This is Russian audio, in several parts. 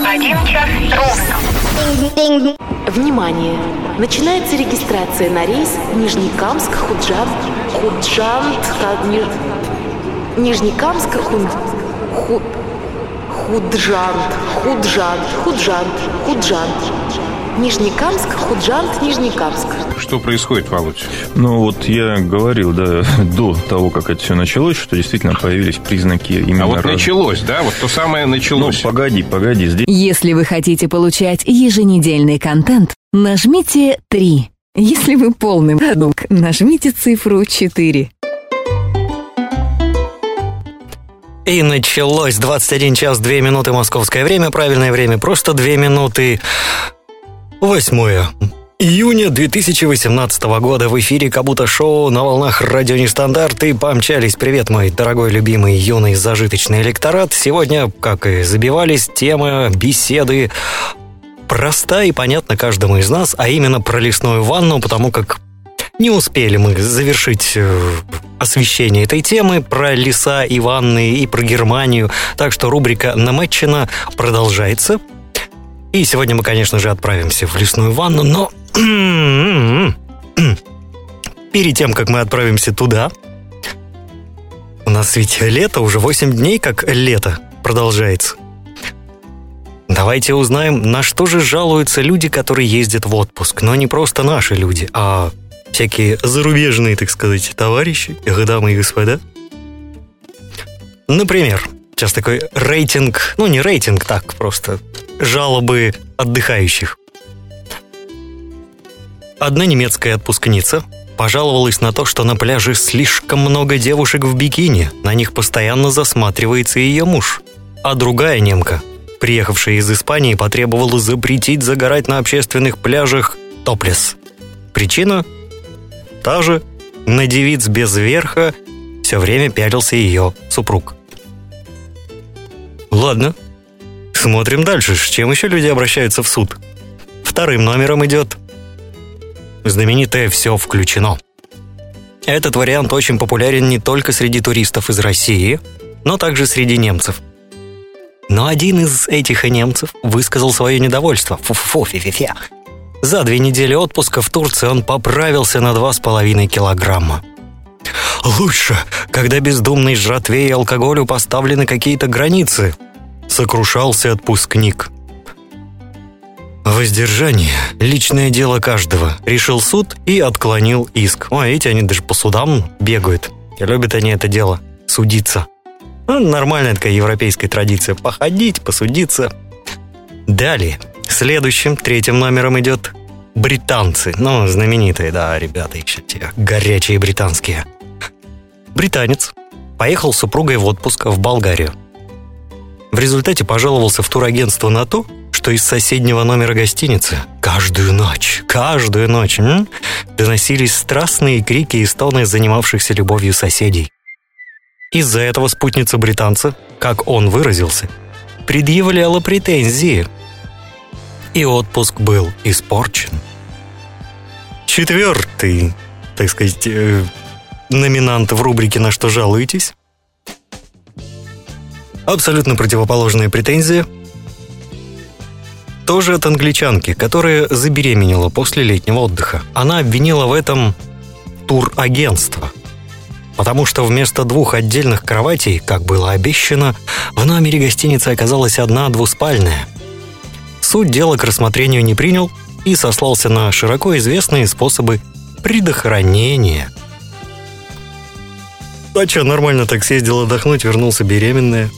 1 час ровно. Внимание! Начинается регистрация на рейс Нижнекамск-Худжант, Нижнекамск. Что происходит, Володь? Ну, вот я говорил, да, до того, как это все началось, что действительно появились признаки именно... А вот началось, да? Вот то самое началось. Ну, погоди. Здесь... Если вы хотите получать еженедельный контент, нажмите 3. Если вы полный продукт, нажмите цифру 4. И началось 21 час 2 минуты московское время. Правильное время просто 2 минуты. 8 июня 2018 года. В эфире Кабуто-шоу на волнах радио Нестандарт. И помчались. Привет, мой дорогой, любимый, юный, зажиточный электорат. Сегодня, как и забивались, тема беседы проста и понятна каждому из нас, а именно про лесную ванну, потому как не успели мы завершить освещение этой темы про леса и ванны и про Германию. Так что рубрика «Намечено» продолжается. И сегодня мы, конечно же, отправимся в лесную ванну, но перед тем, как мы отправимся туда, у нас ведь лето, уже 8 дней как лето продолжается. Давайте узнаем, на что же жалуются люди, которые ездят в отпуск. Но не просто наши люди, а всякие зарубежные, так сказать, товарищи, дамы и господа. Например, сейчас такой рейтинг, ну не рейтинг, так просто жалобы отдыхающих. Одна немецкая отпускница пожаловалась на то, что на пляже слишком много девушек в бикини, на них постоянно засматривается ее муж. А другая немка, приехавшая из Испании, потребовала запретить загорать на общественных пляжах топлес. Причина? Та же. На девиц без верха все время пялился ее супруг. Ладно. Смотрим дальше. С чем еще люди обращаются в суд? Вторым номером идет знаменитое «Все включено». Этот вариант очень популярен не только среди туристов из России, но также среди немцев. Но один из этих немцев высказал свое недовольство. Фу-фу-фу-фи-фи. За 2 недели отпуска в Турции он поправился на 2,5 килограмма. Лучше, когда бездумной жратве и алкоголю поставлены какие-то границы, сокрушался отпускник. Воздержание – личное дело каждого, решил суд и отклонил иск. Ой, видите, они даже по судам бегают. И любят они это дело – судиться. Ну, нормальная такая европейская традиция – походить, посудиться. Далее, следующим, 3-м номером идет британцы. Ну, знаменитые, да, ребята, еще те горячие британские. Британец поехал с супругой в отпуск в Болгарию. В результате пожаловался в турагентство на то, что из соседнего номера гостиницы каждую ночь доносились страстные крики и стоны занимавшихся любовью соседей. Из-за этого спутница британца, как он выразился, предъявляла претензии. И отпуск был испорчен. 4-й, так сказать, номинант в рубрике «На что жалуетесь?» Абсолютно противоположная претензия. Тоже от англичанки, которая забеременела после летнего отдыха. Она обвинила в этом турагентство. Потому что вместо 2 отдельных кроватей, как было обещано, в номере гостиницы оказалась одна двуспальная. Суд дела к рассмотрению не принял и сослался на широко известные способы предохранения. А что, нормально так съездил отдохнуть, вернулся беременная.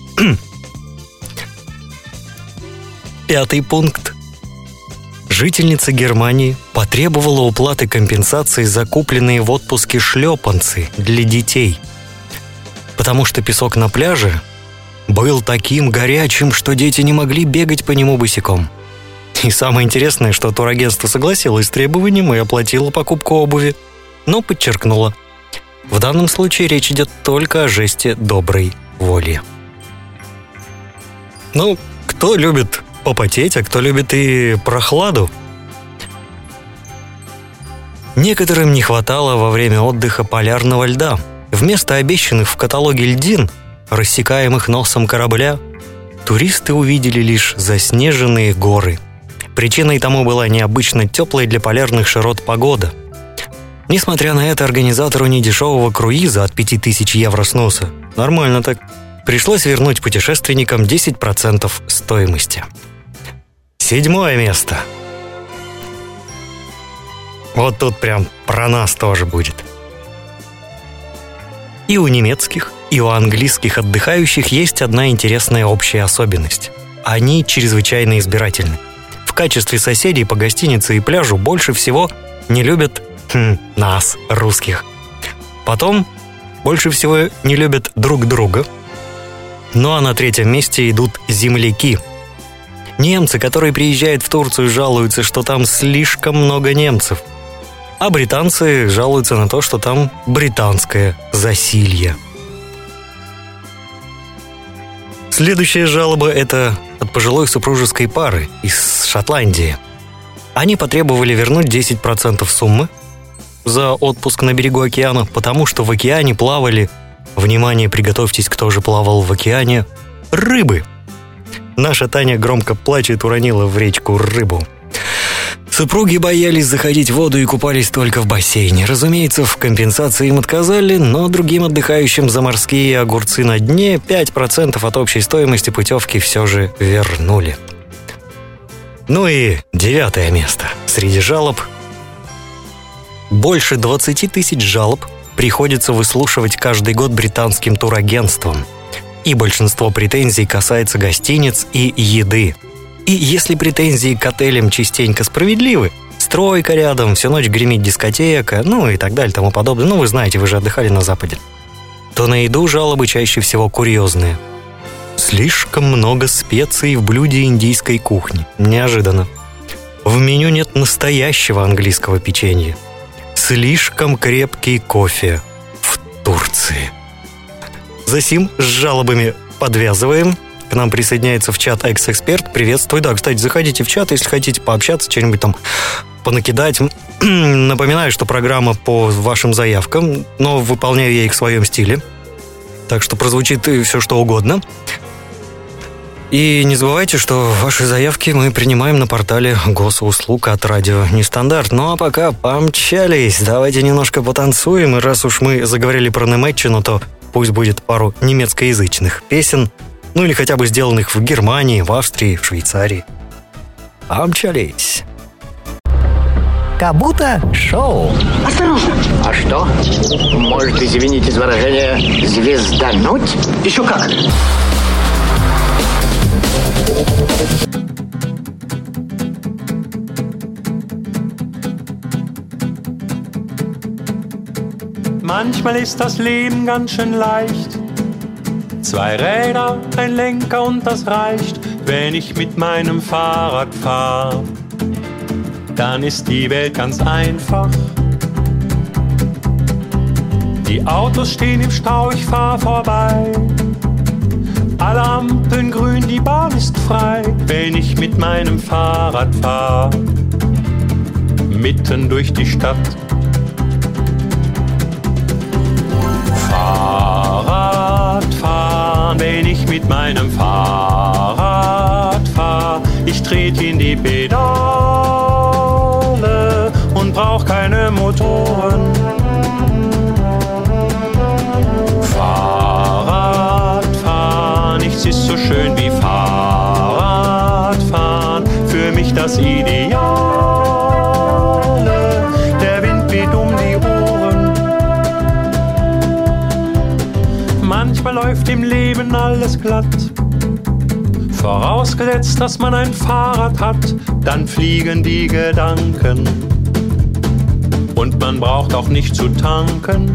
5-й пункт. Жительница Германии потребовала уплаты компенсации за купленные в отпуске шлепанцы для детей, потому что песок на пляже был таким горячим, что дети не могли бегать по нему босиком. И самое интересное, что турагентство согласилось с требованием и оплатило покупку обуви, но подчеркнуло: в данном случае речь идет только о жесте доброй воли. Ну, кто любит попотеть, а кто любит и прохладу? Некоторым не хватало во время отдыха полярного льда. Вместо обещанных в каталоге льдин, рассекаемых носом корабля, туристы увидели лишь заснеженные горы. Причиной тому была необычно теплая для полярных широт погода. Несмотря на это, организатору недешевого круиза от 5000 евро сноса, нормально так, пришлось вернуть путешественникам 10% стоимости. 7 место. Вот тут прям про нас тоже будет. И у немецких, и у английских отдыхающих есть одна интересная общая особенность. Они чрезвычайно избирательны. В качестве соседей по гостинице и пляжу больше всего не любят нас, русских. Потом больше всего не любят друг друга. Ну а на 3-м месте идут земляки. Немцы, которые приезжают в Турцию, жалуются, что там слишком много немцев. А британцы жалуются на то, что там британское засилье. Следующая жалоба – это от пожилой супружеской пары из Шотландии. Они потребовали вернуть 10% суммы за отпуск на берегу океана, потому что в океане плавали, внимание, приготовьтесь, кто же плавал в океане, рыбы. Наша Таня громко плачет, уронила в речку рыбу. Супруги боялись заходить в воду и купались только в бассейне. Разумеется, в компенсации им отказали, но другим отдыхающим за морские огурцы на дне 5% от общей стоимости путевки все же вернули. Ну и 9 место. Среди жалоб больше 20 тысяч жалоб приходится выслушивать каждый год британским турагентствам. И большинство претензий касается гостиниц и еды. И если претензии к отелям частенько справедливы, стройка рядом, всю ночь гремит дискотека, ну и так далее, тому подобное, ну вы знаете, вы же отдыхали на Западе, то на еду жалобы чаще всего курьезные. Слишком много специй в блюде индийской кухни. Неожиданно. В меню нет настоящего английского печенья. Слишком крепкий кофе в Турции. Засим с жалобами подвязываем. К нам присоединяется в чат экс-эксперт. Приветствую. Да, кстати, заходите в чат, если хотите пообщаться, что-нибудь там понакидать. Напоминаю, что программа по вашим заявкам, но выполняю я их в своем стиле. Так что прозвучит все, что угодно. И не забывайте, что ваши заявки мы принимаем на портале госуслуг от радио Нестандарт. Ну а пока помчались. Давайте немножко потанцуем. И раз уж мы заговорили про Немеччину, то пусть будет пару немецкоязычных песен. Ну или хотя бы сделанных в Германии, в Австрии, в Швейцарии. Помчались. Как будто шоу. Осторожно! А что? Может, извините за выражение, звездануть? Еще как! Manchmal ist das Leben ganz schön leicht. 2 Räder, ein Lenker und das reicht, wenn ich mit meinem Fahrrad fahr. Dann ist die Welt ganz einfach. Die Autos stehen im Stau, ich fahr vorbei. Alle Ampeln grün, die Bahn ist frei, wenn ich mit meinem Fahrrad fahr. Mitten durch die Stadt. Fahrradfahren, wenn ich mit meinem Fahrrad fahr. Ich trete in die Pedale und brauch keine Motoren. Fahrradfahren, nichts ist so schön wie Fahrradfahren. Für mich das Ideale, der Wind weht um die Ohren. Manchmal läuft im Leben alles glatt. Vorausgesetzt, dass man ein Fahrrad hat, dann fliegen die Gedanken. Und man braucht auch nicht zu tanken.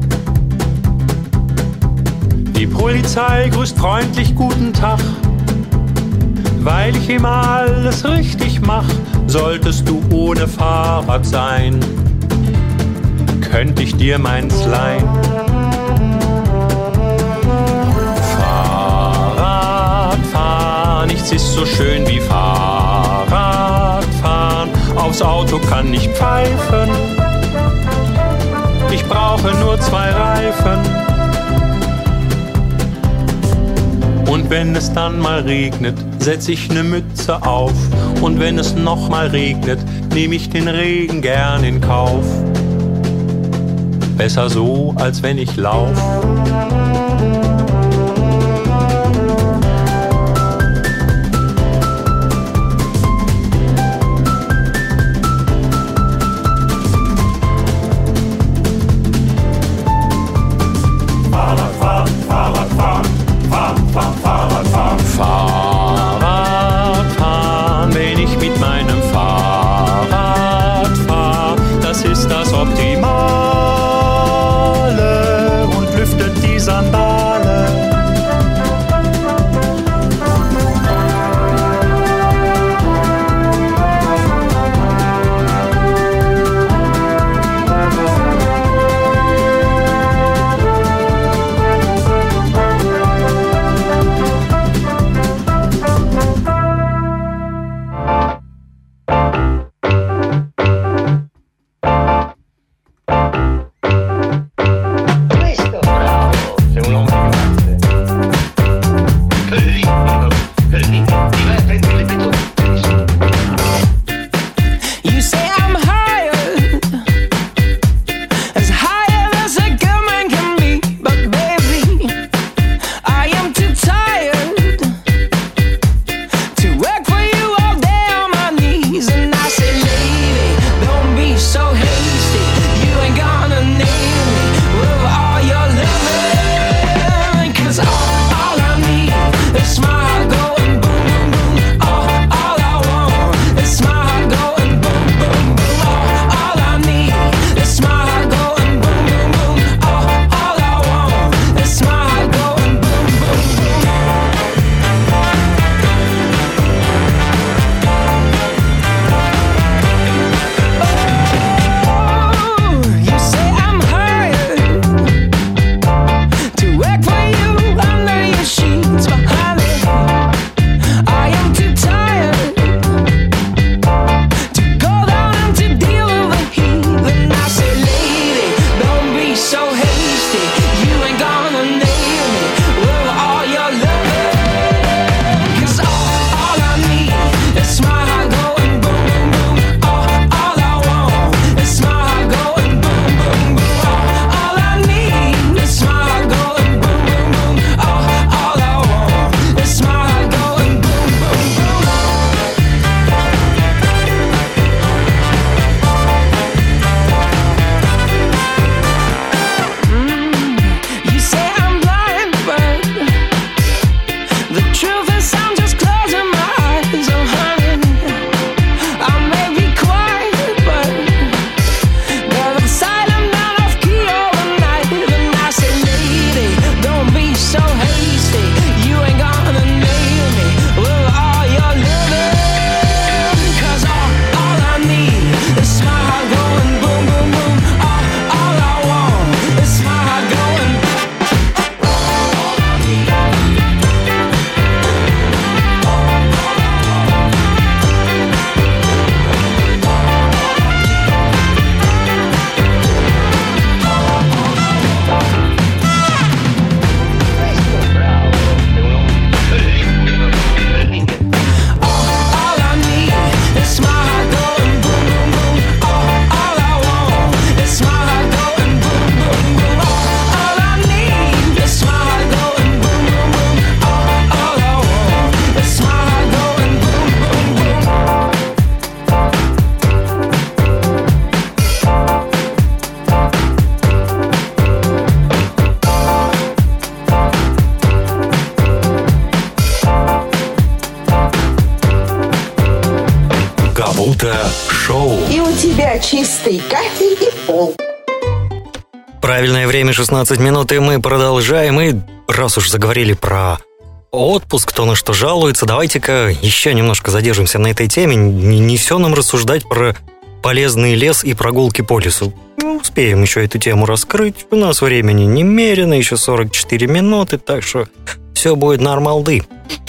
Die Polizei grüßt freundlich guten Tag. Weil ich immer alles richtig mach, solltest du ohne Fahrrad sein. Könnte ich dir meins leihen? Fahrradfahren, nichts ist so schön wie Fahrradfahren. Aufs Auto kann ich pfeifen. Ich brauche nur 2 Reifen. Und wenn es dann mal regnet, setz ich ne Mütze auf. Und wenn es noch mal regnet, nehm ich den Regen gern in Kauf. Besser so, als wenn ich lauf. Fahrradfahren, wenn ich mit meinem Fahrrad fahr, das ist das Optimale und lüftet die Sandale. Шоу. И у тебя чистый кафель и пол. Правильное время 16 минут, и мы продолжаем. И раз уж заговорили про отпуск, кто на что жалуется, давайте-ка еще немножко задержимся на этой теме. Не все нам рассуждать про полезный лес и прогулки по лесу. Успеем еще эту тему раскрыть. У нас времени немерено, еще 44 минуты, так что все будет нормалды.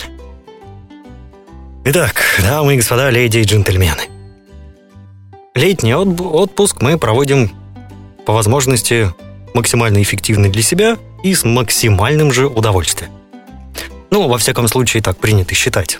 Итак, дамы и господа, леди и джентльмены. Летний отпуск мы проводим по возможности максимально эффективно для себя и с максимальным же удовольствием. Ну, во всяком случае, так принято считать.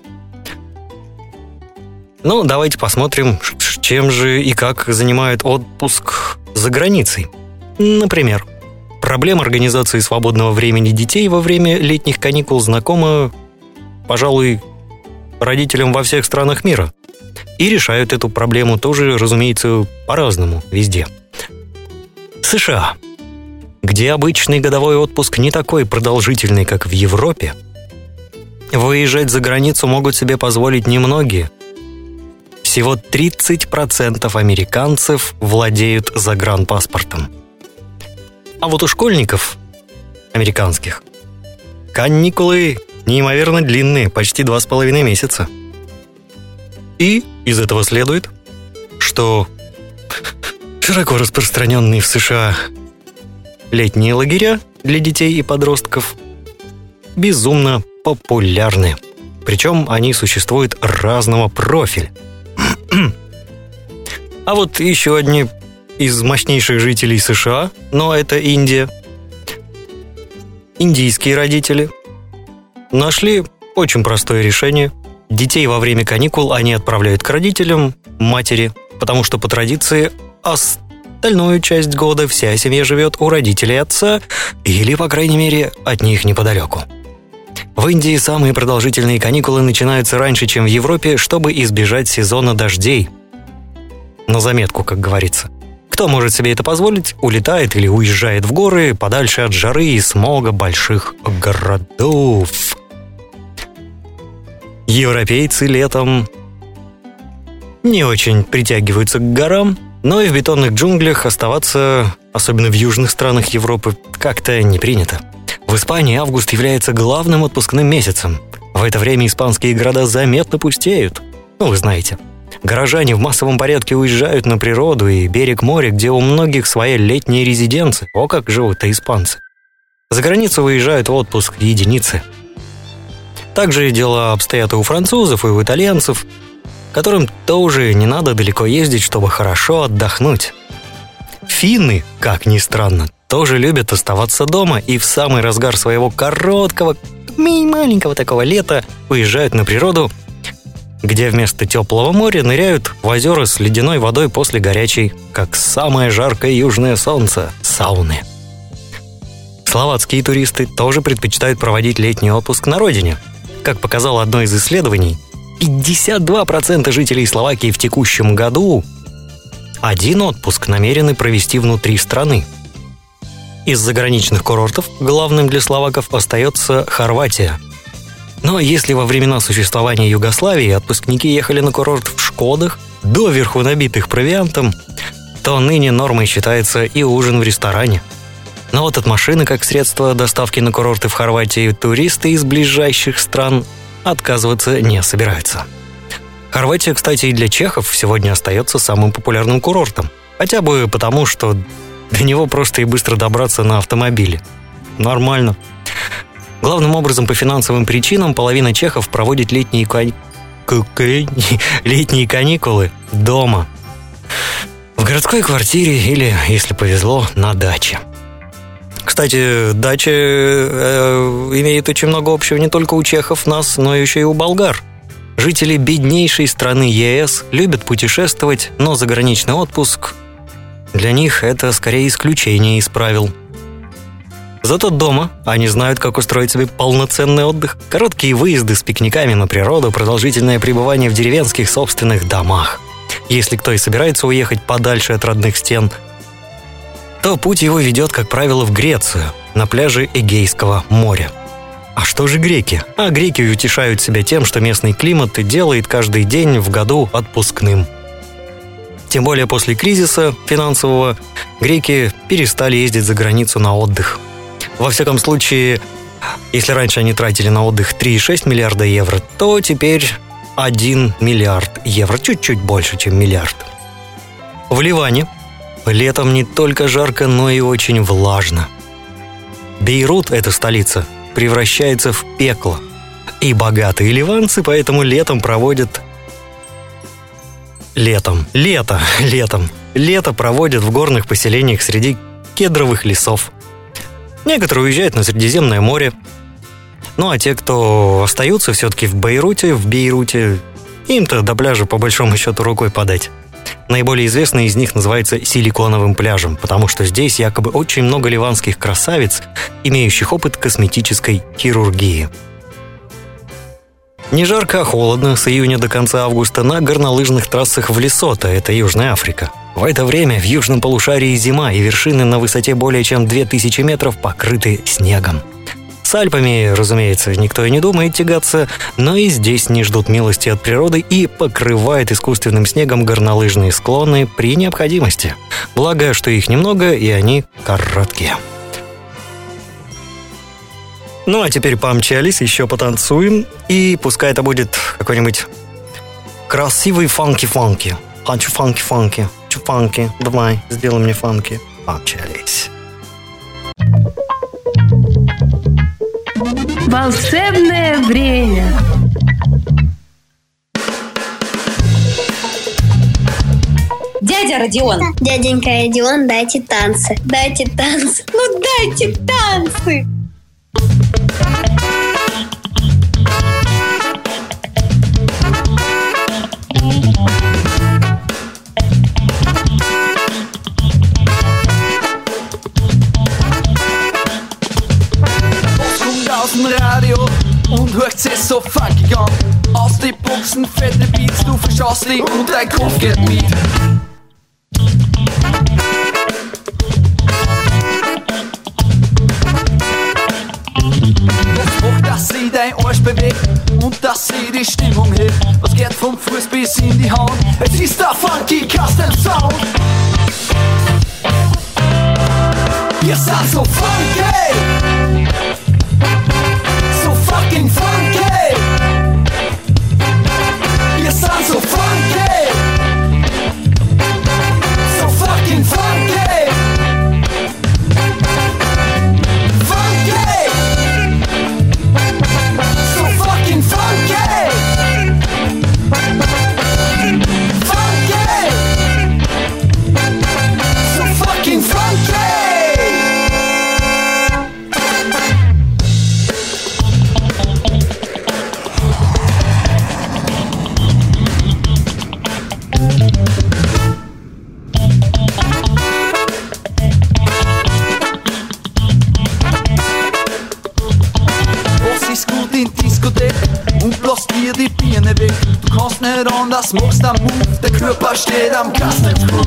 Ну, давайте посмотрим, чем же и как занимает отпуск за границей. Например, проблема организации свободного времени детей во время летних каникул знакома, пожалуй, родителям во всех странах мира. И решают эту проблему тоже, разумеется, по-разному везде. США, где обычный годовой отпуск не такой продолжительный, как в Европе, выезжать за границу могут себе позволить немногие. Всего 30% американцев владеют загранпаспортом. А вот у школьников американских каникулы неимоверно длинные, почти 2,5 месяца. И из этого следует, что широко распространенные в США летние лагеря для детей и подростков безумно популярны. Причем они существуют разного профиля. А вот еще одни из мощнейших жителей США, но это Индия. Индийские родители нашли очень простое решение. Детей во время каникул они отправляют к родителям, матери, потому что по традиции остальную часть года вся семья живет у родителей отца или, по крайней мере, от них неподалеку. В Индии самые продолжительные каникулы начинаются раньше, чем в Европе, чтобы избежать сезона дождей. На заметку, как говорится. Кто может себе это позволить, улетает или уезжает в горы подальше от жары и смога больших городов. Европейцы летом не очень притягиваются к горам, но и в бетонных джунглях оставаться, особенно в южных странах Европы, как-то не принято. В Испании август является главным отпускным месяцем. В это время испанские города заметно пустеют. Ну, вы знаете, горожане в массовом порядке уезжают на природу и берег моря, где у многих своя летняя резиденция. О, как живут-то испанцы. За границу выезжают в отпуск единицы. Также дела обстоят и у французов, и у итальянцев, которым тоже не надо далеко ездить, чтобы хорошо отдохнуть. Финны, как ни странно, тоже любят оставаться дома и в самый разгар своего короткого, маленького такого лета уезжают на природу, где вместо теплого моря ныряют в озера с ледяной водой после горячей, как самое жаркое южное солнце, сауны. Словацкие туристы тоже предпочитают проводить летний отпуск на родине. Как показало одно из исследований, 52% жителей Словакии в текущем году один отпуск намерены провести внутри страны. Из заграничных курортов главным для словаков остается Хорватия. Но если во времена существования Югославии отпускники ехали на курорт в «Шкодах», доверху набитых провиантом, то ныне нормой считается и ужин в ресторане. Но вот от машины как средство доставки на курорты в Хорватии туристы из ближайших стран отказываться не собираются. Хорватия, кстати, и для чехов сегодня остается самым популярным курортом. Хотя бы потому, что до него просто и быстро добраться на автомобиле. Нормально. Главным образом по финансовым причинам половина чехов проводит летние каникулы дома. В городской квартире или, если повезло, на даче. Кстати, дача имеет очень много общего не только у чехов, нас, но еще и у болгар. Жители беднейшей страны ЕС любят путешествовать, но заграничный отпуск для них это скорее исключение из правил. Зато дома они знают, как устроить себе полноценный отдых. Короткие выезды с пикниками на природу, продолжительное пребывание в деревенских собственных домах. Если кто и собирается уехать подальше от родных стен, то путь его ведет, как правило, в Грецию, на пляже Эгейского моря. А что же греки? А греки утешают себя тем, что местный климат делает каждый день в году отпускным. Тем более после кризиса финансового греки перестали ездить за границу на отдых. Во всяком случае, если раньше они тратили на отдых 3,6 миллиарда евро, то теперь 1 миллиард евро, чуть-чуть больше, чем миллиард. В Ливане летом не только жарко, но и очень влажно. Бейрут, эта столица, превращается в пекло. И богатые ливанцы поэтому летом проводят... Лето проводят в горных поселениях среди кедровых лесов. Некоторые уезжают на Средиземное море, Ну а те, кто остаются все-таки в Бейруте, им-то до пляжа по большому счету рукой подать. Наиболее известный из них называется Силиконовым пляжем, потому что здесь якобы очень много ливанских красавиц, имеющих опыт косметической хирургии. Не жарко, а холодно с июня до конца августа на горнолыжных трассах в Лесото, это Южная Африка. В это время в южном полушарии зима, и вершины на высоте более чем 2000 метров покрыты снегом. С Альпами, разумеется, никто и не думает тягаться, но и здесь не ждут милости от природы и покрывает искусственным снегом горнолыжные склоны при необходимости. Благо, что их немного, и они короткие. Ну а теперь помчались, еще потанцуем, и пускай это будет какой-нибудь красивый фанки-фанки. Хочу фанки-фанки, хочу фанки, давай, сделай мне фанки. Помчались. Волшебное время. Дядя Родион. Дяденька Родион, дайте танцы. Дайте танцы. Ну дайте танцы. Aus dem Radio und hört's es so funky an. Aus den Boxen fette Beats, du verschaust dich und dein Kopf geht mit. Was macht, dass sie dein Arsch bewegt und dass sie die Stimmung hebt? Was geht vom Fuß bis in die Hand? Es ist der Funky Castle Sound. Ihr seid so funky! So fucking funky! Ihr seid so funky! So fucking funky! Funky! So fucking funky! Funky! So fucking funky! Und bloß dir die Birne weg. Du kannst nicht anders, machst am Move. Der Körper steht am Kastengruf.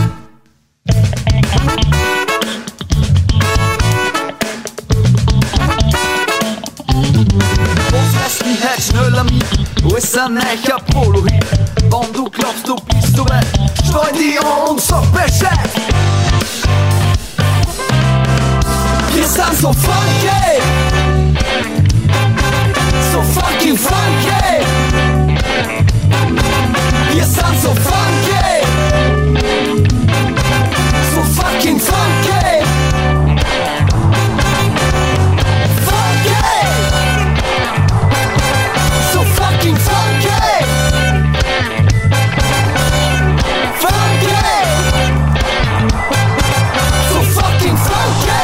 Was lässt mich halt schneller mit? Alles ein neuer Polo-Hit. Wenn du glaubst, du bist so weit, stell dich an und sag Bescheid. Wir sind so funky! So fucking funky! Wir sind so funky! So fucking funky! Funky! So fucking funky! Funky! So fucking funky!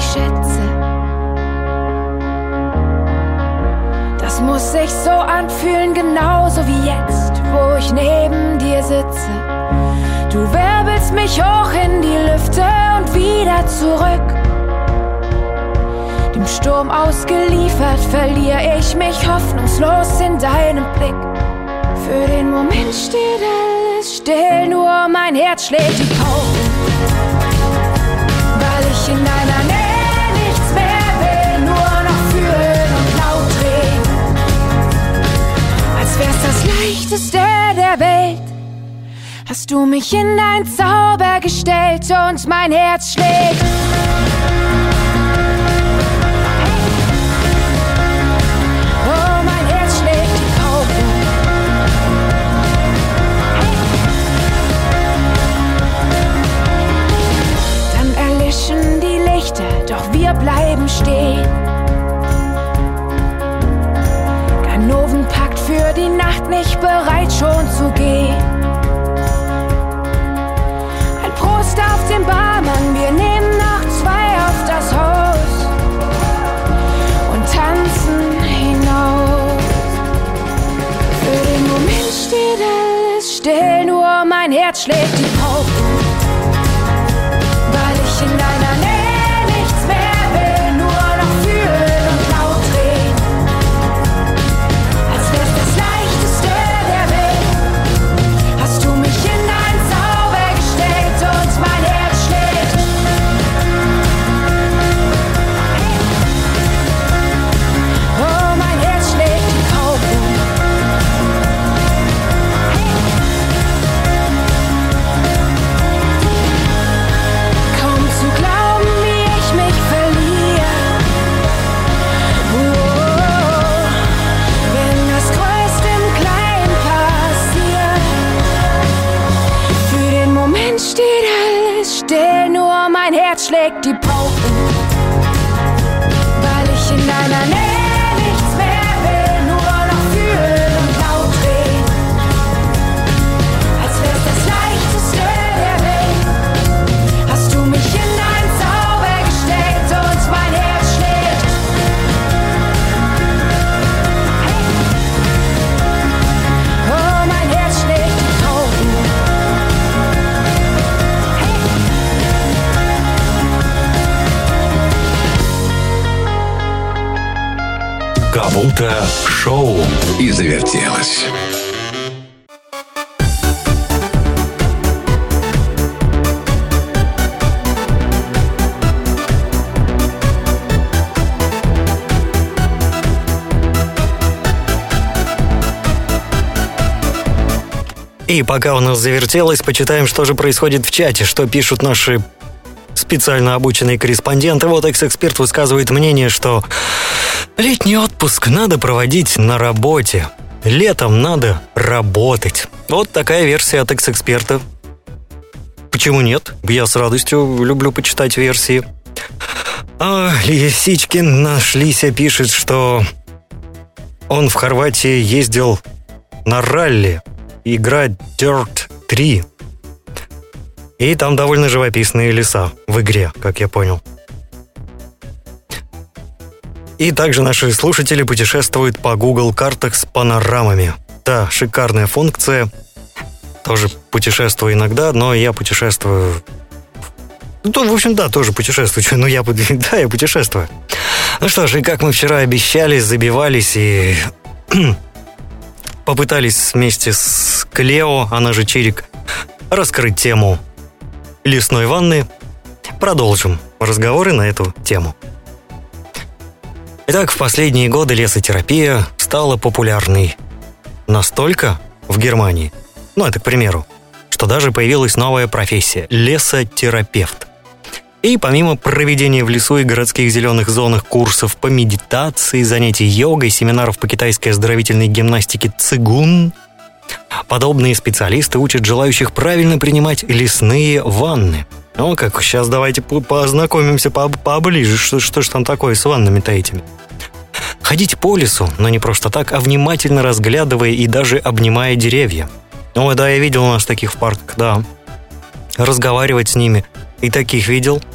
schätze. Das muss sich so anfühlen, genauso wie jetzt, wo ich neben dir sitze. Du wirbelst mich hoch in die Lüfte und wieder zurück. Dem Sturm ausgeliefert verliere ich mich hoffnungslos in deinem Blick. Für den Moment steht alles still, nur mein Herz schlägt die Pauken. Weil ich in deiner Nähe nichts mehr will, nur noch fühlen und laut reden. Als wär's das Leichteste der Welt. Hast du mich in dein Zauber gestellt und mein Herz schlägt. Oh, mein Herz schlägt die Pauken. Dann erlischen die Lichter, doch wir bleiben stehen. Ganovenpakt für die Nacht, nicht bereit schon zu gehen. Prost auf den Barmann, wir nehmen noch 2 auf das Haus und tanzen hinaus. Für den Moment steht alles still, nur mein Herz schlägt die Pauken. Weil ich in deiner Nähe nichts mehr will, nur noch fühlen und laut reden. Als wär's das Leichteste der Welt. Hast du mich in dein Zauber gestellt und mein Herz schlägt. Oh, mein Herz schlägt die Pauken. Kaum zu glauben, wie ich mich verliere. Oh, wenn das Größte im Kleinen passiert. Für den Moment steht alles still, nur mein Herz schlägt die Pauken. Weil ich in deiner Nähe nichts mehr will, nur noch fühlen und laut reden. Als wär's das Leichteste der Welt. Hast du mich in dein Zauber gestellt und mein Herz schlägt. Oh, mein Herz schlägt die Pauken. Как-будто шоу. И завертелось. И пока у нас завертелось, почитаем, что же происходит в чате, что пишут наши специально обученные корреспонденты. Вот экс-эксперт высказывает мнение, что летний отпуск надо проводить на работе. Летом надо работать. Вот такая версия от экс-эксперта. Почему нет? Я с радостью люблю почитать версии. А Лисичкин наш Лися пишет, что он в Хорватии ездил на ралли играть Dirt 3. И там довольно живописные леса в игре, как я понял. И также наши слушатели путешествуют по Google картах с панорамами. Да, шикарная функция. Тоже путешествую иногда, но я путешествую... Ну, в общем, да, тоже путешествую. Ну, я путешествую. Ну что ж, и как мы вчера обещали, забивались и попытались вместе с Клео, она же Чирик, раскрыть тему лесной ванны. Продолжим разговоры на эту тему. Итак, в последние годы лесотерапия стала популярной настолько в Германии, ну это к примеру, что даже появилась новая профессия – лесотерапевт. И помимо проведения в лесу и городских зеленых зонах курсов по медитации, занятий йогой, семинаров по китайской оздоровительной гимнастике цигун, подобные специалисты учат желающих правильно принимать лесные ванны. Ну, как сейчас давайте познакомимся поближе, что ж там такое с ваннами-то этими. Ходить по лесу, но не просто так, а внимательно разглядывая и даже обнимая деревья. Ой, да, я видел у нас таких в парках, да. Разговаривать с ними. И таких видел.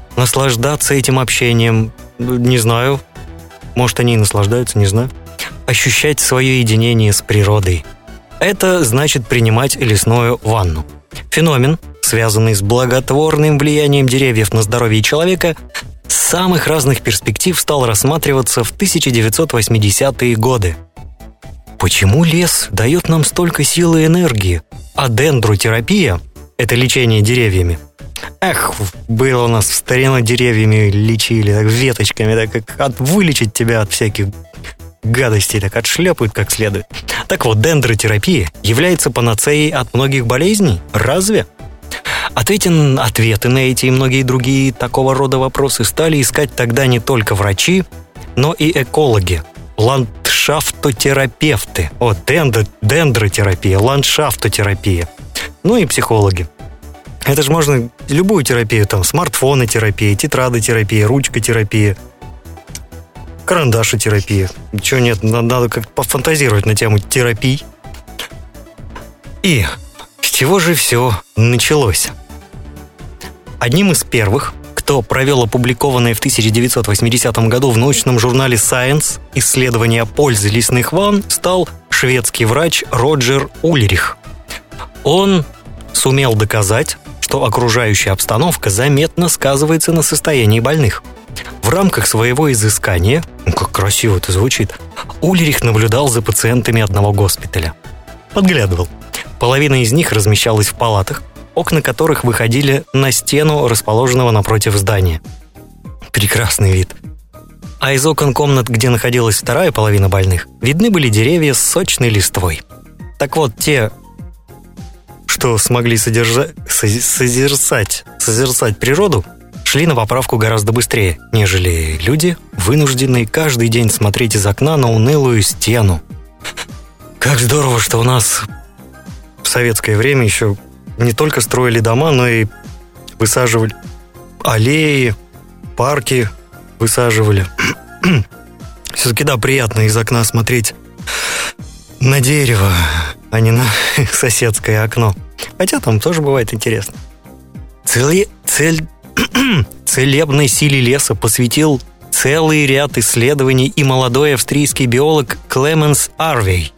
Наслаждаться этим общением, не знаю. Может, они и наслаждаются, не знаю. Ощущать свое единение с природой. Это значит принимать лесную ванну. Феномен, связанный с благотворным влиянием деревьев на здоровье человека, с самых разных перспектив стал рассматриваться в 1980-е годы. Почему лес дает нам столько силы и энергии, а дендротерапия – это лечение деревьями? Эх, было у нас в старину деревьями лечили, так, веточками, так как вылечить тебя от всяких гадостей, так отшлепают как следует. Так вот, дендротерапия является панацеей от многих болезней? Разве? Ответы на эти и многие другие такого рода вопросы стали искать тогда не только врачи, но и экологи, ландшафтотерапевты, дендротерапия, ландшафтотерапия, ну и психологи. Это же можно любую терапию, там, смартфонотерапия, тетрадотерапия, ручкотерапия, карандашотерапия. Чего нет, надо как-то пофантазировать на тему терапий. И с чего же все началось? Одним из первых, кто провел опубликованное в 1980 году в научном журнале Science исследование пользы лесных ванн, стал шведский врач Роджер Ульрих. Он сумел доказать, что окружающая обстановка заметно сказывается на состоянии больных. В рамках своего изыскания, как красиво это звучит, Ульрих наблюдал за пациентами одного госпиталя. Подглядывал. Половина из них размещалась в палатах, окна которых выходили на стену, расположенного напротив здания. Прекрасный вид. А из окон комнат, где находилась вторая половина больных, видны были деревья с сочной листвой. Так вот, те, что смогли созерцать природу, шли на поправку гораздо быстрее, нежели люди, вынужденные каждый день смотреть из окна на унылую стену. Как здорово, что у нас в советское время еще не только строили дома, но и высаживали аллеи, парки высаживали. Все-таки, да, приятно из окна смотреть на дерево, а не на соседское окно. Хотя там тоже бывает интересно. Целебной силе леса посвятил целый ряд исследований и молодой австрийский биолог Клеменс Арвей.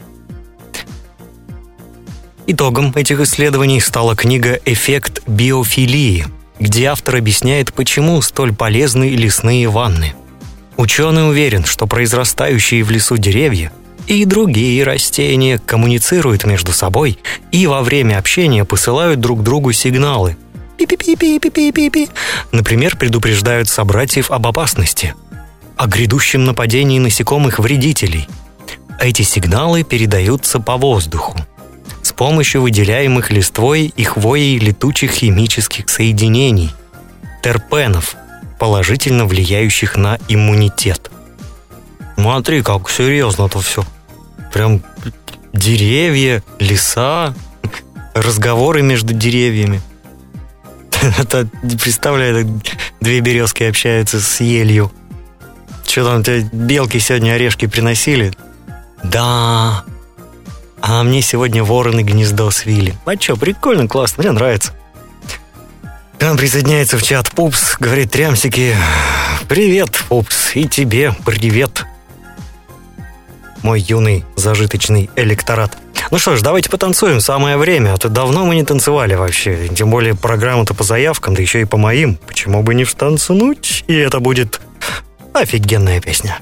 Итогом этих исследований стала книга «Эффект биофилии», где автор объясняет, почему столь полезны лесные ванны. Ученый уверен, что произрастающие в лесу деревья и другие растения коммуницируют между собой и во время общения посылают друг другу сигналы. Пи-пи-пи-пи-пи-пи-пи. Например, предупреждают собратьев об опасности, о грядущем нападении насекомых-вредителей. Эти сигналы передаются по воздуху с помощью выделяемых листвой и хвоей летучих химических соединений, терпенов, положительно влияющих на иммунитет. Смотри, как серьезно-то все. Прям деревья, леса, разговоры между деревьями. Это, представляю, две березки общаются с елью. Что там, тебе белки сегодня орешки приносили? Да. А мне сегодня вороны гнездо свили. А что, прикольно, классно, мне нравится. К нам присоединяется в чат Пупс, говорит: трямсики, привет, Пупс, и тебе привет, мой юный зажиточный электорат. Ну что ж, давайте потанцуем, самое время, а то давно мы не танцевали вообще. Тем более программа-то по заявкам, да еще и по моим. Почему бы не втанцнуть? И это будет офигенная песня.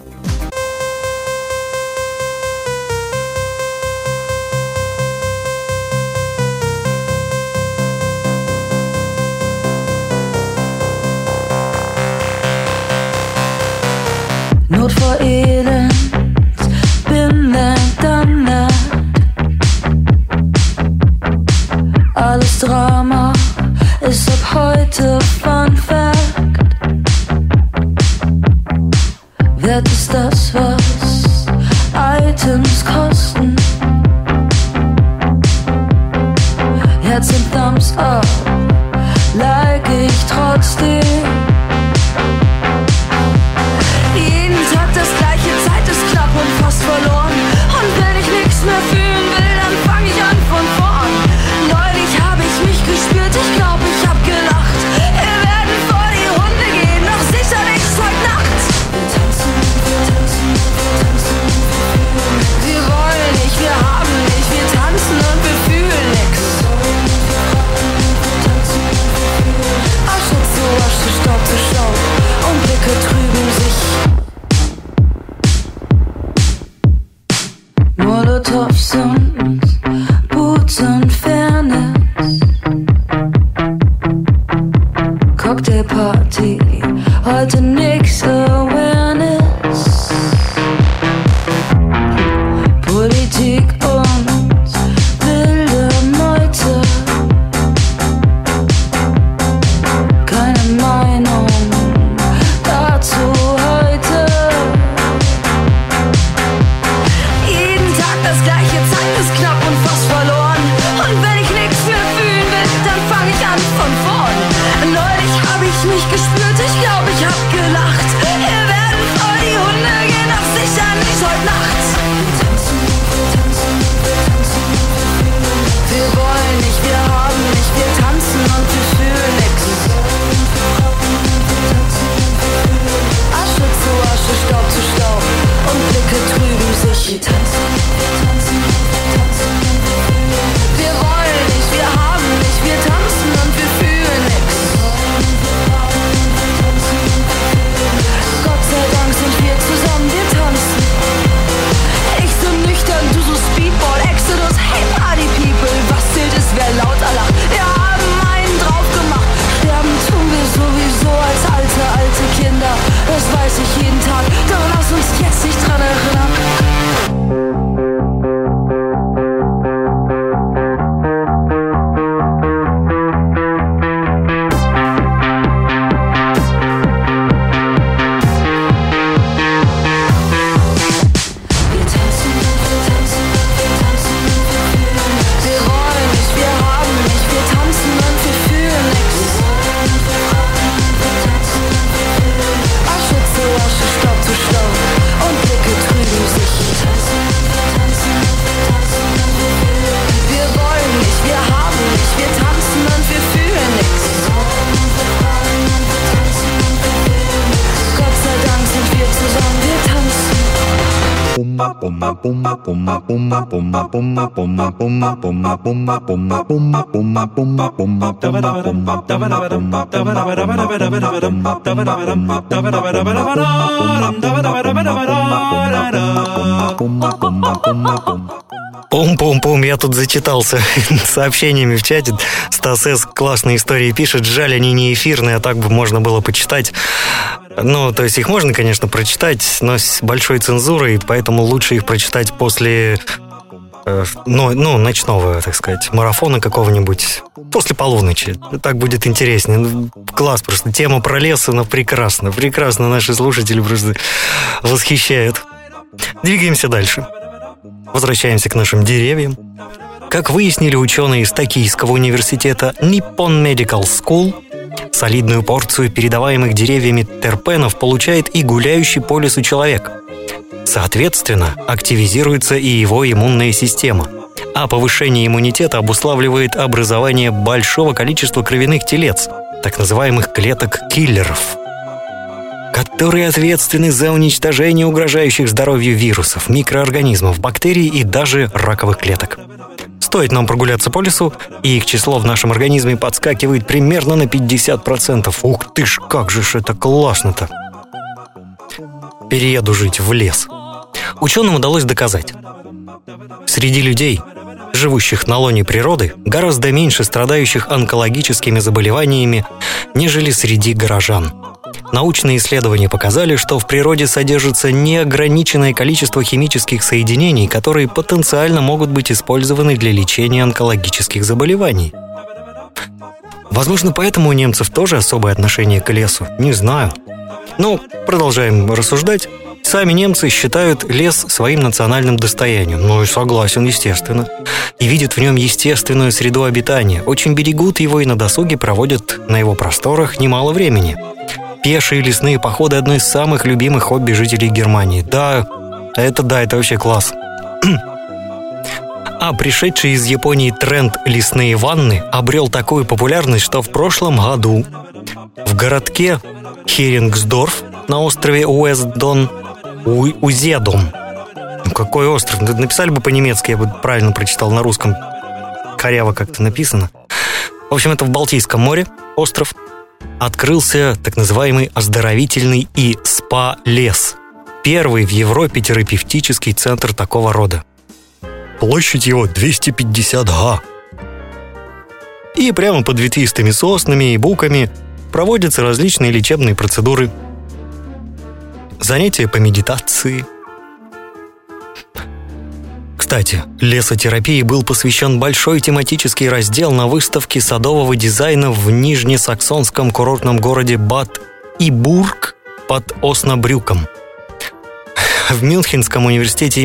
Not for Elend, bin that, done that. Alles Drama ist ab heute Fun Fact. Wert ist das, was Items kosten. Herz und Thumbs up, like ich trotzdem. Fast verloren. Und wenn ich nichts mehr fühlen will, dann fang ich an von vorn. Neulich habe ich mich gespürt, ich glaub, ich hab gelacht. Wir werden vor die Hunde gehen. auf sonst, Boots und Fairness. Cocktailparty, heute nix Awareness. Politik und wilde Meute. Keine Meinung dazu heute. Jeden Tag das gleiche, Zeit ist knapp und fast verloren. Und wenn ich nichts mehr fühlen will, dann fang ich an von vorn. Neulich hab ich mich gespürt, ich glaub, ich hab gelacht. Hier werden voll die Hunde gehen, auf sicher nicht heute Nacht. Wir wollen nicht, wir haben nicht, wir tanzen und wir fühlen nix. Asche zu Asche, Staub zu Staub und Blicke trüben sich. Wir wollen nicht, wir haben nicht, wir tanzen und wir fühlen nix. Gott sei Dank sind wir zusammen, wir tanzen. Ich so nüchtern, du so Speedball, Exodus, hey Party People. Was zählt ist, wer lauter lacht. Wir haben einen drauf gemacht. Sterben tun wir sowieso als alte Kinder. Das weiß ich jeden Tag, doch lass uns jetzt nicht dran erinnern. Wir wollen nicht, wir haben nicht, wir tanzen und wir fühlen nix. Asche zu Asche, Staub zu Staub und Blicke trüben sich. Wir wollen nicht, wir haben nicht, wir tanzen und wir fühlen nix. Gott sei Dank sind wir zusammen, wir tanzen. Пум-пум-пум, я тут зачитался сообщениями в чате. Стас С. классные истории пишет. Жаль, они не эфирные, а так бы можно было почитать. Ну, то есть их можно, конечно, прочитать, но с большой цензурой, поэтому лучше их прочитать после ночного, так сказать, марафона какого-нибудь, после полуночи. Так будет интереснее. Класс просто. Тема про лес, она прекрасна. Прекрасно, наши слушатели просто восхищают. Двигаемся дальше. Возвращаемся к нашим деревьям. Как выяснили ученые из Токийского университета Nippon Medical School, солидную порцию передаваемых деревьями терпенов получает и гуляющий по лесу человек. Соответственно, активизируется и его иммунная система, а повышение иммунитета обуславливает образование большого количества кровяных телец, так называемых клеток-киллеров, которые ответственны за уничтожение угрожающих здоровью вирусов, микроорганизмов, бактерий и даже раковых клеток. Стоит нам прогуляться по лесу, и их число в нашем организме подскакивает примерно на 50%. Ух ты ж, как же это классно-то! Перееду жить в лес. Ученым удалось доказать. Среди людей, живущих на лоне природы, гораздо меньше страдающих онкологическими заболеваниями, нежели среди горожан. Научные исследования показали, что в природе содержится неограниченное количество химических соединений, которые потенциально могут быть использованы для лечения онкологических заболеваний. Возможно, поэтому у немцев тоже особое отношение к лесу. Не знаю. Но продолжаем рассуждать. Сами немцы считают лес своим национальным достоянием. Ну и согласен, естественно. И видят в нем естественную среду обитания. Очень берегут его и на досуге проводят на его просторах немало времени. Пешие лесные походы – одно из самых любимых хобби жителей Германии. Да, это вообще класс. А пришедший из Японии тренд «лесные ванны» обрел такую популярность, что в прошлом году в городке Херингсдорф на острове Узедом. Какой остров? Написали бы по-немецки, я бы правильно прочитал, на русском коряво как-то написано. В общем, это в Балтийском море остров. Открылся так называемый оздоровительный и спа-лес. Первый в Европе терапевтический центр такого рода. площадь его 250 га. И прямо под ветвистыми соснами и буками проводятся различные лечебные процедуры. Занятия по медитации. Кстати, лесотерапии был посвящен большой тематический раздел на выставке садового дизайна в нижнесаксонском курортном городе Бад-Ибург под Оснабрюком. В Мюнхенском университете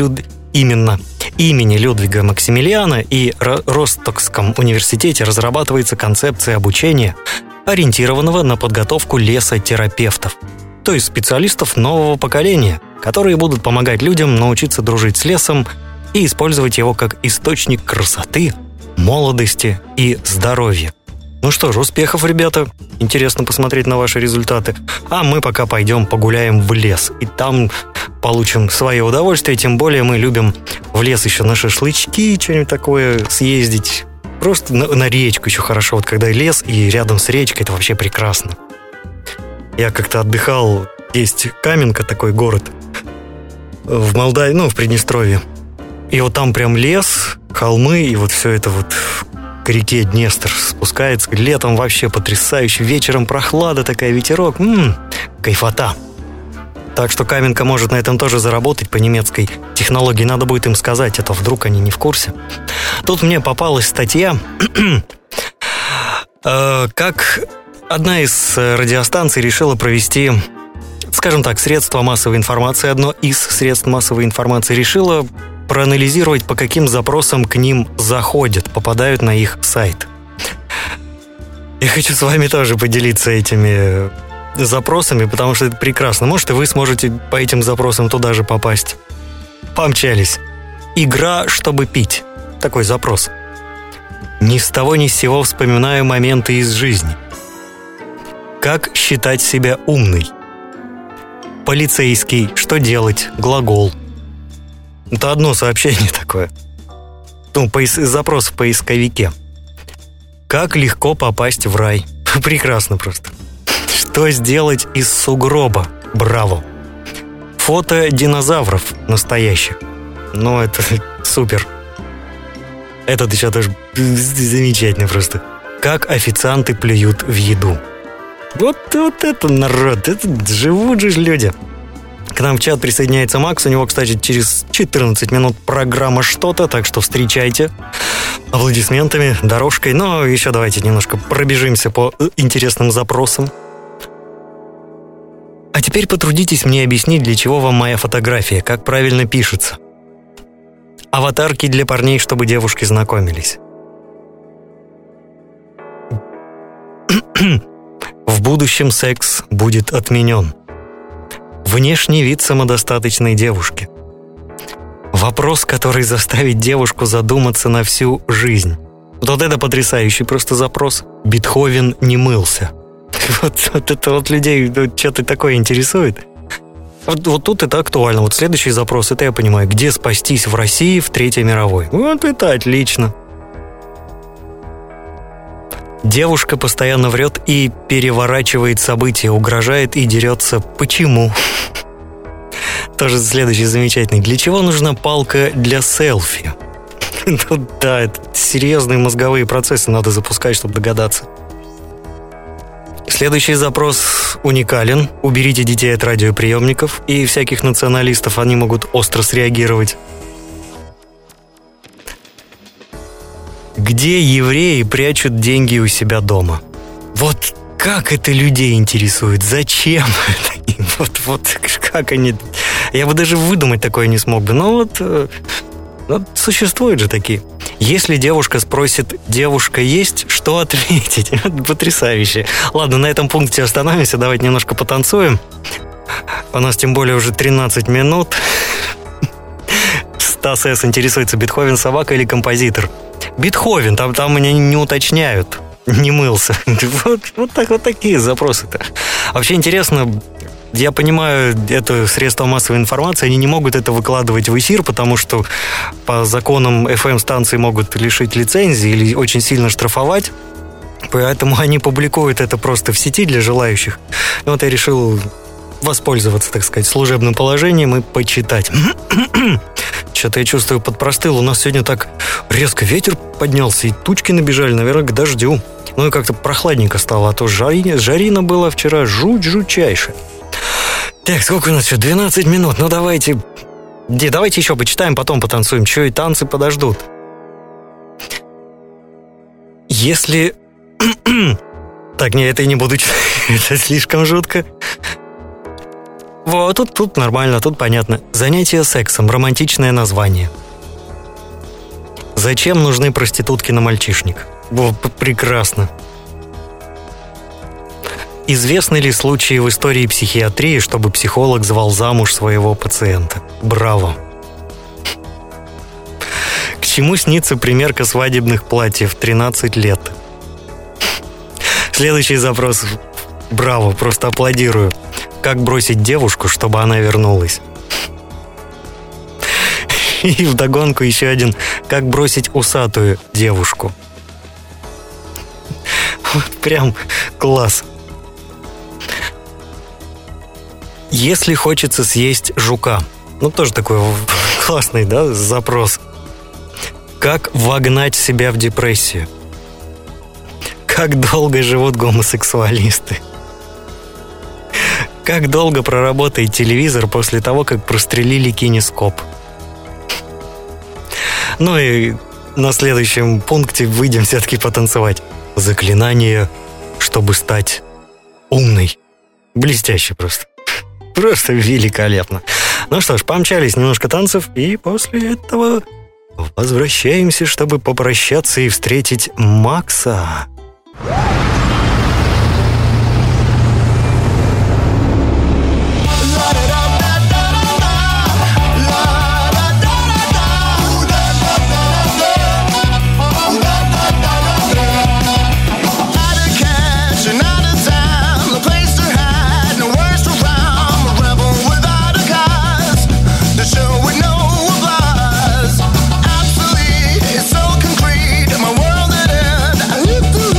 имени Людвига Максимилиана и Ростокском университете разрабатывается концепция обучения, ориентированного на подготовку лесотерапевтов, то есть специалистов нового поколения, которые будут помогать людям научиться дружить с лесом и использовать его как источник красоты, молодости и здоровья. Ну что ж, успехов, ребята! Интересно посмотреть на ваши результаты. А мы пока пойдем погуляем в лес, и там получим свое удовольствие, тем более мы любим в лес еще на шашлычки, что-нибудь такое съездить. Просто на речку еще хорошо, вот когда лес и рядом с речкой, это вообще прекрасно. Я как-то отдыхал, есть Каменка, такой город, в Молдавии, в Приднестровье. И вот там прям лес, холмы, и вот все это вот к реке Днестр спускается. Летом вообще потрясающе, вечером прохлада такая, ветерок, кайфота. Так что Каменка может на этом тоже заработать по немецкой технологии. Надо будет им сказать, а то вдруг они не в курсе. Тут мне попалась статья, как одна из радиостанций решила провести, скажем так, средство массовой информации, одно из средств массовой информации решило проанализировать, по каким запросам к ним заходят, попадают на их сайт. Я хочу с вами тоже поделиться этими запросами, потому что это прекрасно. Может, и вы сможете по этим запросам туда же попасть. Помчались. Игра, чтобы пить. Такой запрос. Ни с того ни с сего вспоминаю моменты из жизни. Как считать себя умной? Полицейский. Что делать? Глагол. Это одно сообщение такое. Запрос в поисковике. Как легко попасть в рай? Прекрасно просто. Что сделать из сугроба? Браво. Фото динозавров настоящих. Это супер. Это еще тоже замечательно просто. Как официанты плюют в еду. Вот это народ, это живут же люди. К нам в чат присоединяется Макс. У него, кстати, через 14 минут программа «Что-то», так что встречайте аплодисментами, дорожкой. Но еще давайте немножко пробежимся по интересным запросам. А теперь потрудитесь мне объяснить, для чего вам моя фотография, как правильно пишется. Аватарки для парней, чтобы девушки знакомились. В будущем секс будет отменен. Внешний вид самодостаточной девушки. Вопрос, который заставит девушку задуматься на всю жизнь. Вот это потрясающий просто запрос. Бетховен не мылся. Вот это вот людей что-то такое интересует. Вот тут это актуально. Вот следующий запрос, это я понимаю. Где спастись в России в Третьей мировой? Вот это отлично. Девушка постоянно врет и переворачивает события, угрожает и дерется. Почему? Тоже следующий замечательный. Для чего нужна палка для селфи? Да, это серьезные мозговые процессы надо запускать, чтобы догадаться. Следующий запрос уникален. Уберите детей от радиоприемников и всяких националистов, они могут остро среагировать. Где евреи прячут деньги у себя дома? Вот как это людей интересует? Зачем это? Вот как они... Я бы даже выдумать такое не смог бы. Но существуют же такие. Если девушка спросит, девушка есть, что ответить? Потрясающе. Ладно, на этом пункте остановимся. Давайте немножко потанцуем. У нас тем более уже 13 минут. Стас С. интересуется, Бетховен собака или композитор? Бетховен, там меня не уточняют. Не мылся. Вот такие запросы-то. Вообще интересно, я понимаю, это средства массовой информации, они не могут это выкладывать в эфир, потому что по законам FM-станции могут лишить лицензии или очень сильно штрафовать. Поэтому они публикуют это просто в сети для желающих. И вот я решил воспользоваться, так сказать, служебным положением и почитать. что-то я чувствую, подпростыл. У нас сегодня так резко ветер поднялся, и тучки набежали, наверное, к дождю. Ну и как-то прохладненько стало, а то жарина была вчера жутчайшая. Так, сколько у нас еще? 12 минут. Ну давайте еще почитаем, потом потанцуем. Че, и танцы подождут. Если... Так, не, это я не буду читать. Это слишком жутко. Вот, тут нормально, тут понятно. Занятие сексом. Романтичное название. Зачем нужны проститутки на мальчишник? О, прекрасно. Известны ли случаи в истории психиатрии, чтобы психолог звал замуж своего пациента? Браво. К чему снится примерка свадебных платьев 13 лет? Следующий запрос. Браво, просто аплодирую. Как бросить девушку, чтобы она вернулась? И вдогонку еще один. Как бросить усатую девушку? Вот прям класс. Если хочется съесть жука. Ну, тоже такой классный, да, запрос. Как вогнать себя в депрессию? Как долго живут гомосексуалисты? Как долго проработает телевизор после того, как прострелили кинескоп? Ну и на следующем пункте выйдем все-таки потанцевать. Заклинание, чтобы стать умной. Блестяще просто. Просто великолепно. Ну что ж, помчались немножко танцев, и после этого возвращаемся, чтобы попрощаться и встретить Макса. Lift the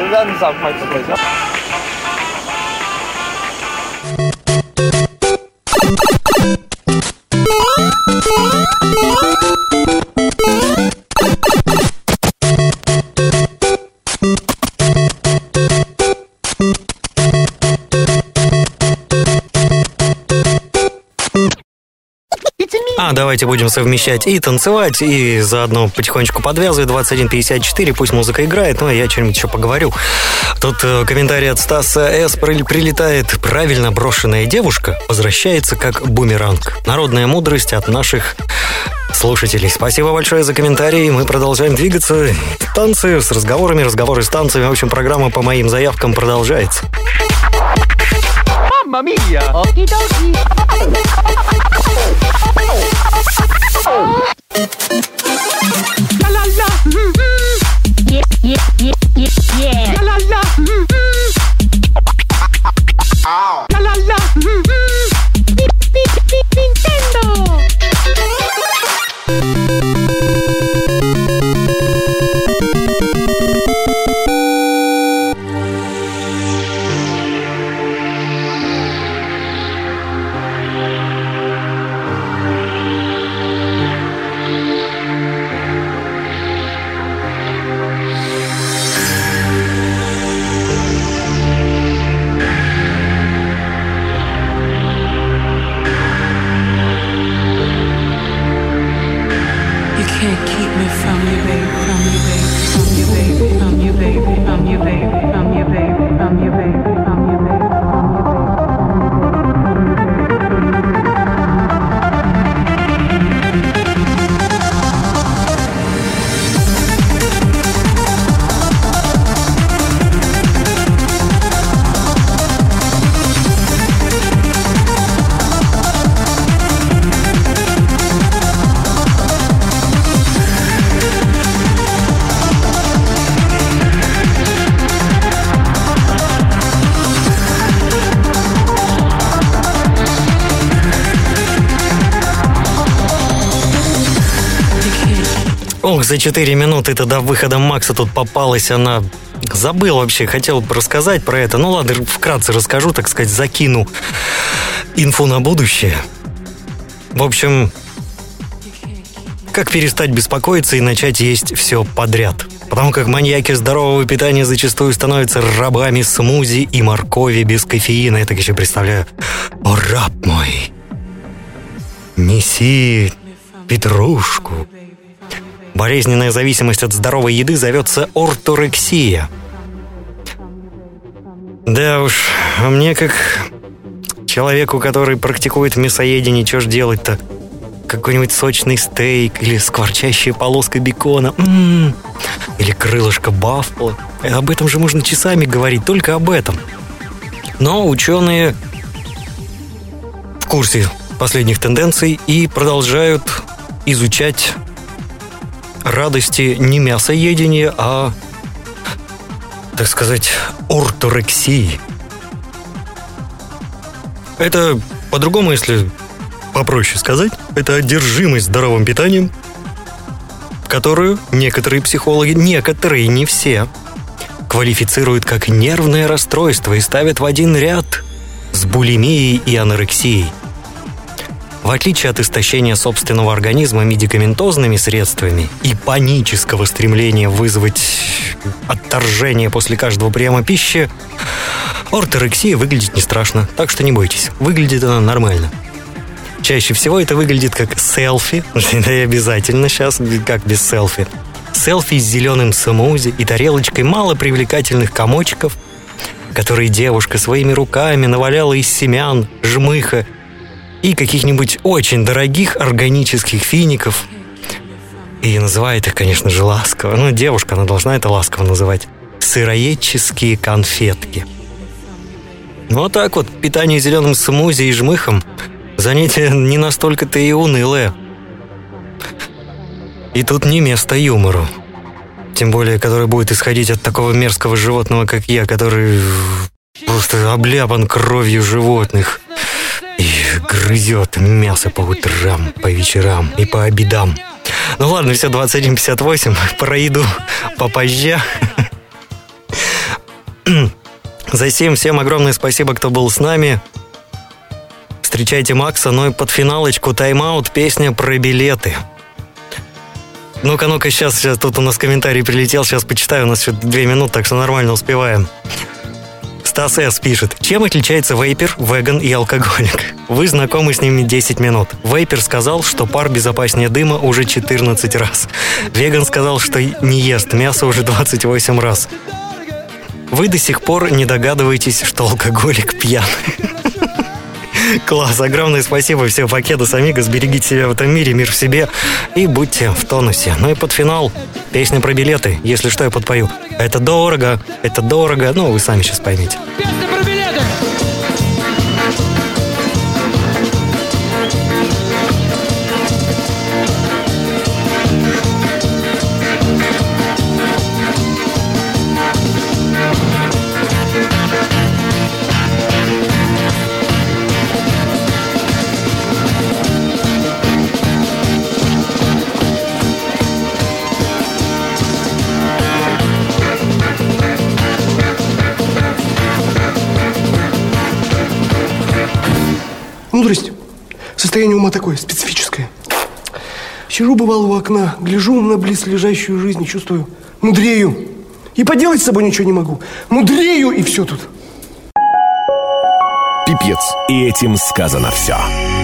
werden es auch mal vergessen. Давайте будем совмещать и танцевать, и заодно потихонечку подвязывать. 21:54, пусть музыка играет, ну а я что-нибудь еще поговорю. Тут комментарий от Стаса С. прилетает. Правильно брошенная девушка возвращается как бумеранг. Народная мудрость от наших слушателей. Спасибо большое за комментарии. Мы продолжаем двигаться. Танцы с разговорами, разговоры с танцами. В общем, программа по моим заявкам продолжается. Мамма мия! Оки-доки! La-la-la! Yeah, yeah, yeah, yeah, yeah! La-la-la! La-la-la! Nintendo! Ох, за 4 минуты-то до выхода Макса тут попалась она. Забыл вообще, хотел рассказать про это. Ну ладно, вкратце расскажу, так сказать, закину инфу на будущее. В общем, как перестать беспокоиться и начать есть все подряд. Потому как маньяки здорового питания зачастую становятся рабами смузи и моркови без кофеина. Я так еще представляю. О, раб мой, неси петрушку. Болезненная зависимость от здоровой еды зовется орторексия. Да уж, а мне как человеку, который практикует мясоедение, что ж делать-то? Какой-нибудь сочный стейк или скворчащая полоска бекона. Или крылышко баффало. Об этом же можно часами говорить, только об этом. Но ученые в курсе последних тенденций и продолжают изучать радости не мясоедения, а, так сказать, орторексии. Это, по-другому, если попроще сказать, это одержимость здоровым питанием, которую некоторые психологи, некоторые, не все, квалифицируют как нервное расстройство и ставят в один ряд с булимией и анорексией. В отличие от истощения собственного организма медикаментозными средствами и панического стремления вызвать отторжение после каждого приема пищи, орторексия выглядит не страшно, так что не бойтесь, выглядит она нормально. Чаще всего это выглядит как селфи, да и обязательно сейчас, как без селфи. Селфи с зеленым смузи и тарелочкой малопривлекательных комочков, которые девушка своими руками наваляла из семян, жмыха и каких-нибудь очень дорогих органических фиников. И называет их, конечно же, ласково. Ну, девушка, она должна это ласково называть. Сыроедческие конфетки. Вот так вот, питание зеленым смузи и жмыхом занятие не настолько-то и унылое. И тут не место юмору. Тем более, который будет исходить от такого мерзкого животного, как я, который просто обляпан кровью животных и грызет мясо по утрам, по вечерам и по обедам. Ну ладно, все, 21:58, про еду попозже. За всем огромное спасибо, кто был с нами. Встречайте Макса, ну и под финалочку тайм-аут, песня про билеты. Ну-ка, сейчас тут у нас комментарий прилетел, сейчас почитаю, у нас еще 2 минуты, так что нормально успеваем. Стас С. пишет: чем отличается вейпер, веган и алкоголик? Вы знакомы с ними 10 минут. Вейпер сказал, что пар безопаснее дыма уже 14 раз. Веган сказал, что не ест мясо уже 28 раз. Вы до сих пор не догадываетесь, что алкоголик пьян. Класс, огромное спасибо, все, Покедос Амигос, берегите себя в этом мире, мир в себе и будьте в тонусе. Ну и под финал песня про билеты, если что, я подпою. Это дорого, ну вы сами сейчас поймите. Песня про билеты! Мудрость. Состояние ума такое, специфическое. Сижу, бывало, у окна, гляжу на близлежащую жизнь и чувствую, мудрею. И поделать с собой ничего не могу. Мудрею, и все тут. Пипец. И этим сказано все.